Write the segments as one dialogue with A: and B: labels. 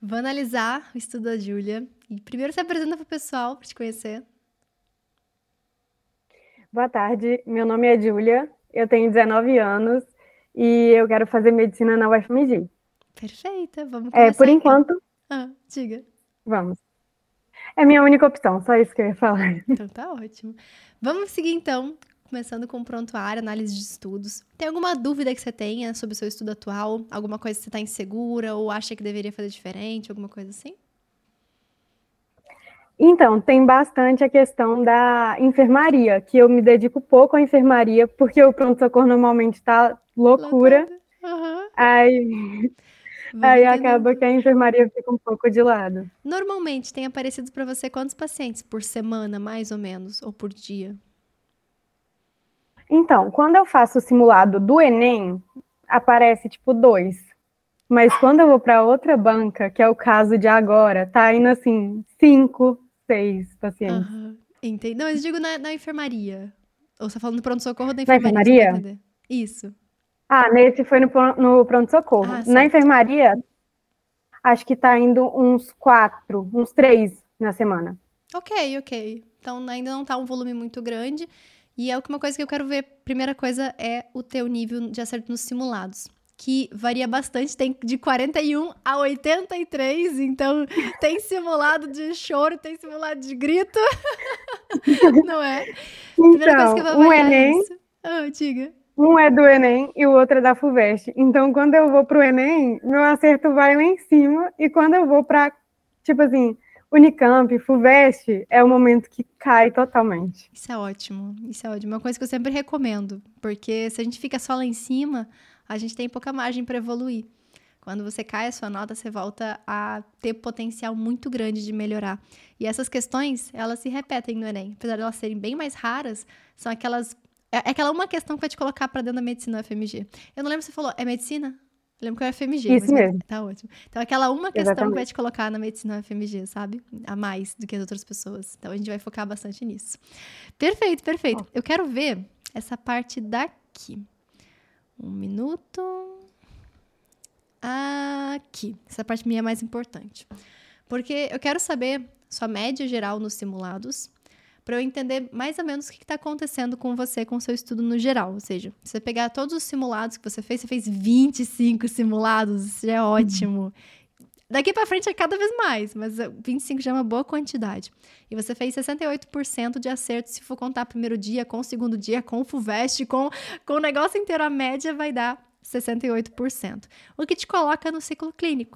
A: Vou analisar o estudo da Júlia. E primeiro se apresenta para o pessoal, para te conhecer.
B: Boa tarde, meu nome é Júlia, eu tenho 19 anos e eu quero fazer medicina na UFMG.
A: Perfeita, vamos
B: Por
A: começar então.
B: enquanto,
A: Diga.
B: vamos. É minha única opção, só isso que eu ia falar.
A: Então tá ótimo. Vamos seguir então, começando com o prontuário, análise de estudos. Tem alguma dúvida que você tenha sobre o seu estudo atual? Alguma coisa que você está insegura ou acha que deveria fazer diferente? Alguma coisa assim?
B: Então, tem bastante a questão da enfermaria, que eu me dedico pouco à enfermaria, porque o pronto-socorro normalmente está loucura,
A: Lotado. Aham.
B: aí,
A: Vamos
B: aí
A: entender
B: acaba que
A: tudo.
B: a enfermaria fica um pouco de lado.
A: Normalmente tem aparecido para você quantos pacientes por semana, mais ou menos, ou por dia?
B: Então, quando eu faço o simulado do Enem, aparece tipo 2. Mas quando eu vou para outra banca, que é o caso de agora, tá indo assim, 5, 6 pacientes.
A: Aham. Entendi. Não, mas eu digo na enfermaria. Ou você tá falando do pronto-socorro ou da
B: Na
A: enfermaria, só pra
B: enfermaria?
A: entender. Isso.
B: Nesse foi no pronto-socorro.
A: Ah,
B: Na
A: certo.
B: enfermaria, acho que tá indo uns 4, uns 3 na semana.
A: Ok. Então ainda não tá um volume muito grande. E é uma coisa que eu quero ver. Primeira coisa é o teu nível de acerto nos simulados. Que varia bastante, tem de 41 a 83, então tem simulado de choro, tem simulado de grito, não é? Primeira coisa que eu
B: Então,
A: vou avaliar é isso. Diga.
B: um é do Enem e o outro é da FUVEST. Então, quando eu vou pro Enem, meu acerto vai lá em cima. E quando eu vou pra, tipo assim, Unicamp, FUVEST, é o momento que cai totalmente.
A: Isso é ótimo, isso é ótimo. Uma coisa que eu sempre recomendo, porque se a gente fica só lá em cima, a gente tem pouca margem para evoluir. Quando você cai a sua nota, você volta a ter potencial muito grande de melhorar. E essas questões, elas se repetem no Enem. Apesar de elas serem bem mais raras, são aquelas... É aquela uma questão que vai te colocar para dentro da medicina UFMG. Eu não lembro se você falou, é medicina? Eu lembro que é UFMG, mas
B: Isso mesmo,
A: tá ótimo. Então, é aquela uma questão que vai
B: exatamente.
A: te colocar na medicina UFMG, sabe? A mais do que as outras pessoas. Então, a gente vai focar bastante nisso. Perfeito. Eu quero ver essa parte daqui. Um minuto. Aqui. Essa parte minha é mais importante. Porque eu quero saber sua média geral nos simulados, para eu entender mais ou menos o que está acontecendo com você, com o seu estudo no geral. Ou seja, se você pegar todos os simulados que você fez 25 simulados, isso já é ótimo. Daqui para frente é cada vez mais, mas 25 já é uma boa quantidade. E você fez 68% de acerto se for contar primeiro dia, com o segundo dia, com o FUVEST, com o negócio inteiro, a média vai dar 68%. O que te coloca no ciclo clínico.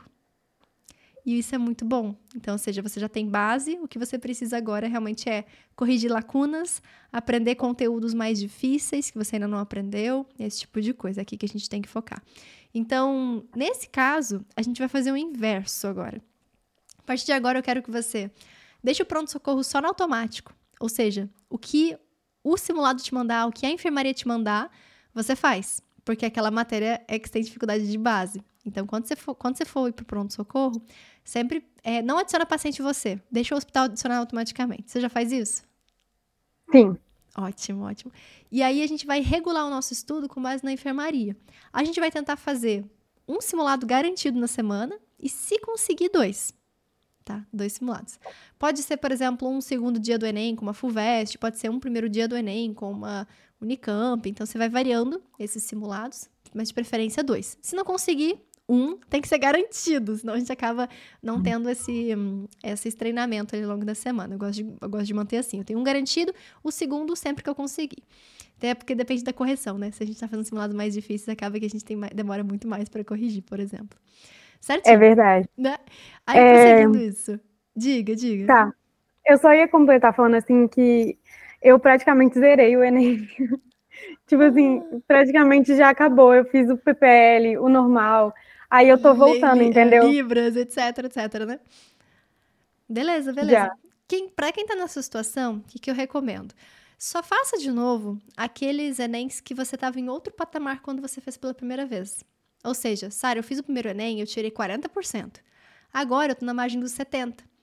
A: E isso é muito bom. Então, ou seja, você já tem base, o que você precisa agora realmente é corrigir lacunas, aprender conteúdos mais difíceis que você ainda não aprendeu, esse tipo de coisa aqui que a gente tem que focar. Então, nesse caso, a gente vai fazer o inverso agora. A partir de agora, eu quero que você deixe o pronto-socorro só no automático. Ou seja, o que o simulado te mandar, o que a enfermaria te mandar, você faz. Porque aquela matéria é que você tem dificuldade de base. Então, quando você for ir para o pronto-socorro, sempre não adiciona paciente você. Deixa o hospital adicionar automaticamente. Você já faz isso?
B: Sim.
A: Ótimo. E aí, a gente vai regular o nosso estudo com base na enfermaria. A gente vai tentar fazer um simulado garantido na semana e, se conseguir, 2. Tá? 2 simulados. Pode ser, por exemplo, um segundo dia do Enem com uma FUVEST, pode ser um primeiro dia do Enem com uma Unicamp. Então, você vai variando esses simulados, mas de preferência 2. Se não conseguir, tem que ser garantido, senão a gente acaba não tendo esse treinamento ali ao longo da semana. Eu gosto de manter assim. Eu tenho um garantido, o segundo sempre que eu conseguir. Até porque depende da correção, né? Se a gente tá fazendo simulados mais difíceis, acaba que a gente demora muito mais para corrigir, por exemplo.
B: É
A: Certinho?
B: verdade.
A: Né? Aí,
B: É,
A: prosseguindo isso. Diga.
B: tá. Eu só ia completar falando assim que eu praticamente zerei o Enem. Tipo assim,
A: Ah,
B: praticamente já acabou. Eu fiz o PPL, o normal. Aí eu tô voltando, entendeu?
A: Libras, etc, né? Beleza.
B: Já.
A: Pra quem tá nessa situação, o que eu recomendo? Só faça de novo aqueles Enems que você tava em outro patamar quando você fez pela primeira vez. Ou seja, Sara, eu fiz o primeiro Enem, eu tirei 40%. Agora eu tô na margem dos 70%.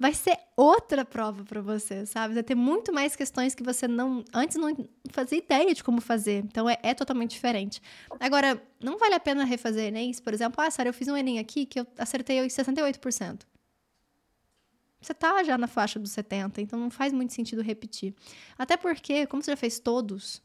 A: vai ser outra prova para você, sabe? Vai ter muito mais questões que você antes não fazia ideia de como fazer. Então, é totalmente diferente. Agora, não vale a pena refazer Enem, por exemplo. Sara, eu fiz um Enem aqui que eu acertei 68%. Você tá já na faixa dos 70%, então não faz muito sentido repetir. Até porque, como você já fez todos,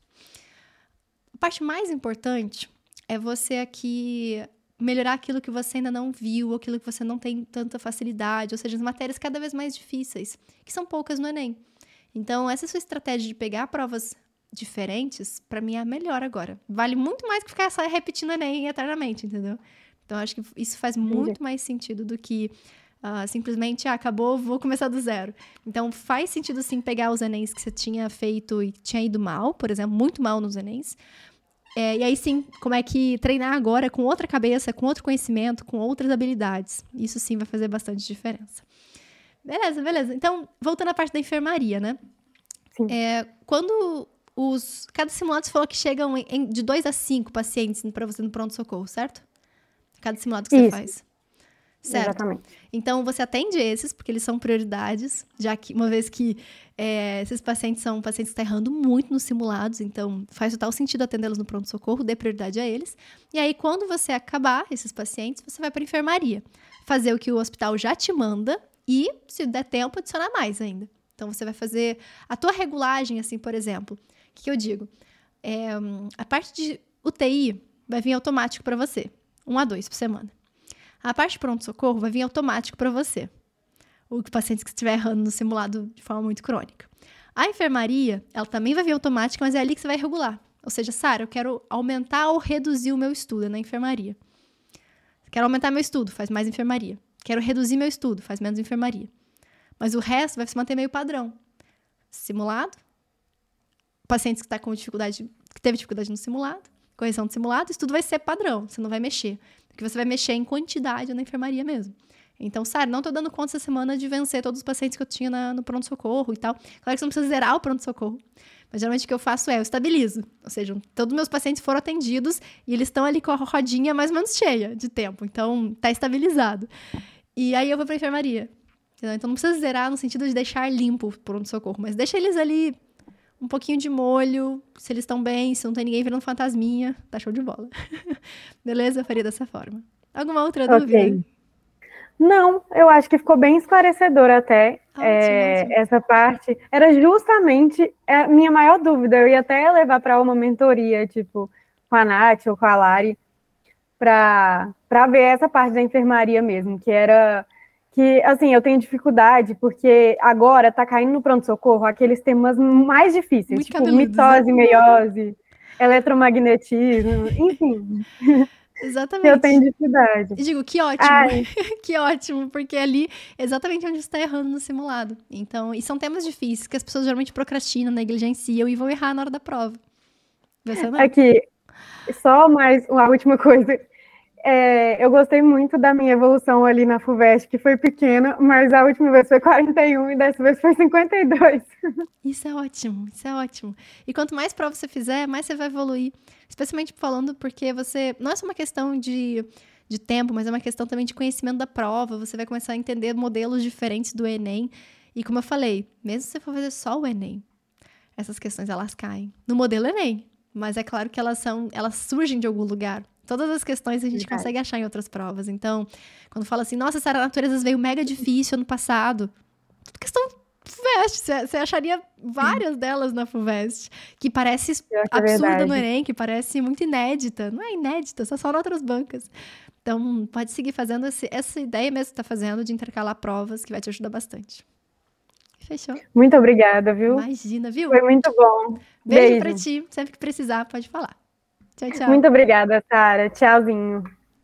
A: a parte mais importante é você aqui melhorar aquilo que você ainda não viu, aquilo que você não tem tanta facilidade, ou seja, as matérias cada vez mais difíceis, que são poucas no Enem. Então, essa sua estratégia de pegar provas diferentes, pra mim é a melhor agora. Vale muito mais que ficar só repetindo o Enem eternamente, entendeu? Então, acho que isso faz muito mais sentido do que simplesmente, acabou, vou começar do zero. Então, faz sentido, sim, pegar os Enems que você tinha feito e tinha ido mal, por exemplo, muito mal nos Enems. E aí, sim, como é que treinar agora com outra cabeça, com outro conhecimento, com outras habilidades. Isso, sim, vai fazer bastante diferença. Beleza. Então, voltando à parte da enfermaria, né?
B: Sim.
A: Quando cada simulado você falou que chegam de 2 a 5 pacientes para você no pronto-socorro, certo? Cada simulado que você faz. Certo.
B: Exatamente.
A: Então, você atende esses, porque eles são prioridades, já que, uma vez que esses pacientes são pacientes que estão errando muito nos simulados, então faz total sentido atendê-los no pronto-socorro, dê prioridade a eles. E aí, quando você acabar esses pacientes, você vai para a enfermaria, fazer o que o hospital já te manda e, se der tempo, adicionar mais ainda. Então, você vai fazer a tua regulagem, assim, por exemplo. O que eu digo? A parte de UTI vai vir automático para você, 1 a 2 por semana. A parte de pronto-socorro vai vir automático para você. O paciente que estiver errando no simulado de forma muito crônica. A enfermaria, ela também vai vir automática, mas é ali que você vai regular. Ou seja, Sara, eu quero aumentar ou reduzir o meu estudo na enfermaria. Quero aumentar meu estudo, faz mais enfermaria. Quero reduzir meu estudo, faz menos enfermaria. Mas o resto vai se manter meio padrão. Simulado, pacientes que teve dificuldade no simulado, correção do simulado, isso tudo vai ser padrão, você não vai mexer. Porque você vai mexer em quantidade na enfermaria mesmo. Então, Sara, não tô dando conta essa semana de vencer todos os pacientes que eu tinha no pronto-socorro e tal. Claro que você não precisa zerar o pronto-socorro. Mas geralmente o que eu faço eu estabilizo. Ou seja, todos os meus pacientes foram atendidos e eles estão ali com a rodinha mais ou menos cheia de tempo. Então, tá estabilizado. E aí eu vou pra enfermaria. Entendeu? Então, não precisa zerar no sentido de deixar limpo o pronto-socorro. Mas deixa eles ali um pouquinho de molho, se eles estão bem, se não tem ninguém virando fantasminha, tá show de bola. Beleza? Eu faria dessa forma. Alguma outra dúvida?
B: Não, eu acho que ficou bem esclarecedor até.
A: Ótimo.
B: Essa parte. Era justamente a minha maior dúvida. Eu ia até levar para uma mentoria, tipo, com a Nath ou com a Lari, para ver essa parte da enfermaria mesmo, que era... que, assim, eu tenho dificuldade, porque agora tá caindo no pronto-socorro aqueles temas mais difíceis,
A: muito
B: tipo mitose, meiose, eletromagnetismo, enfim.
A: Exatamente.
B: Eu tenho dificuldade.
A: E digo, que ótimo. Que ótimo, porque ali é exatamente onde você está errando no simulado. Então, e são temas difíceis que as pessoas geralmente procrastinam, negligenciam e vão errar na hora da prova. Você não?
B: Aqui, só mais uma última coisa. Eu gostei muito da minha evolução ali na FUVEST, que foi pequena, mas a última vez foi 41 e dessa vez foi 52.
A: Isso é ótimo, isso é ótimo. E quanto mais prova você fizer, mais você vai evoluir. Especialmente falando porque você... Não é só uma questão de tempo, mas é uma questão também de conhecimento da prova. Você vai começar a entender modelos diferentes do Enem. E como eu falei, mesmo se você for fazer só o Enem, essas questões elas caem no modelo Enem. Mas é claro que elas surgem de algum lugar. Todas as questões a gente consegue achar em outras provas. Então, quando fala assim, nossa, Sara, a natureza veio mega difícil ano passado. Tudo questão FUVEST. Você acharia várias delas na FUVEST. Que parece absurda no Enem, que parece muito inédita. Não é inédita, só em outras bancas. Então, pode seguir fazendo essa ideia mesmo que você está fazendo de intercalar provas, que vai te ajudar bastante. Fechou?
B: Muito obrigada, viu?
A: Imagina, viu?
B: Foi muito bom.
A: Beijo pra ti. Sempre que precisar, pode falar. Tchau, tchau.
B: Muito obrigada, Sara. Tchauzinho.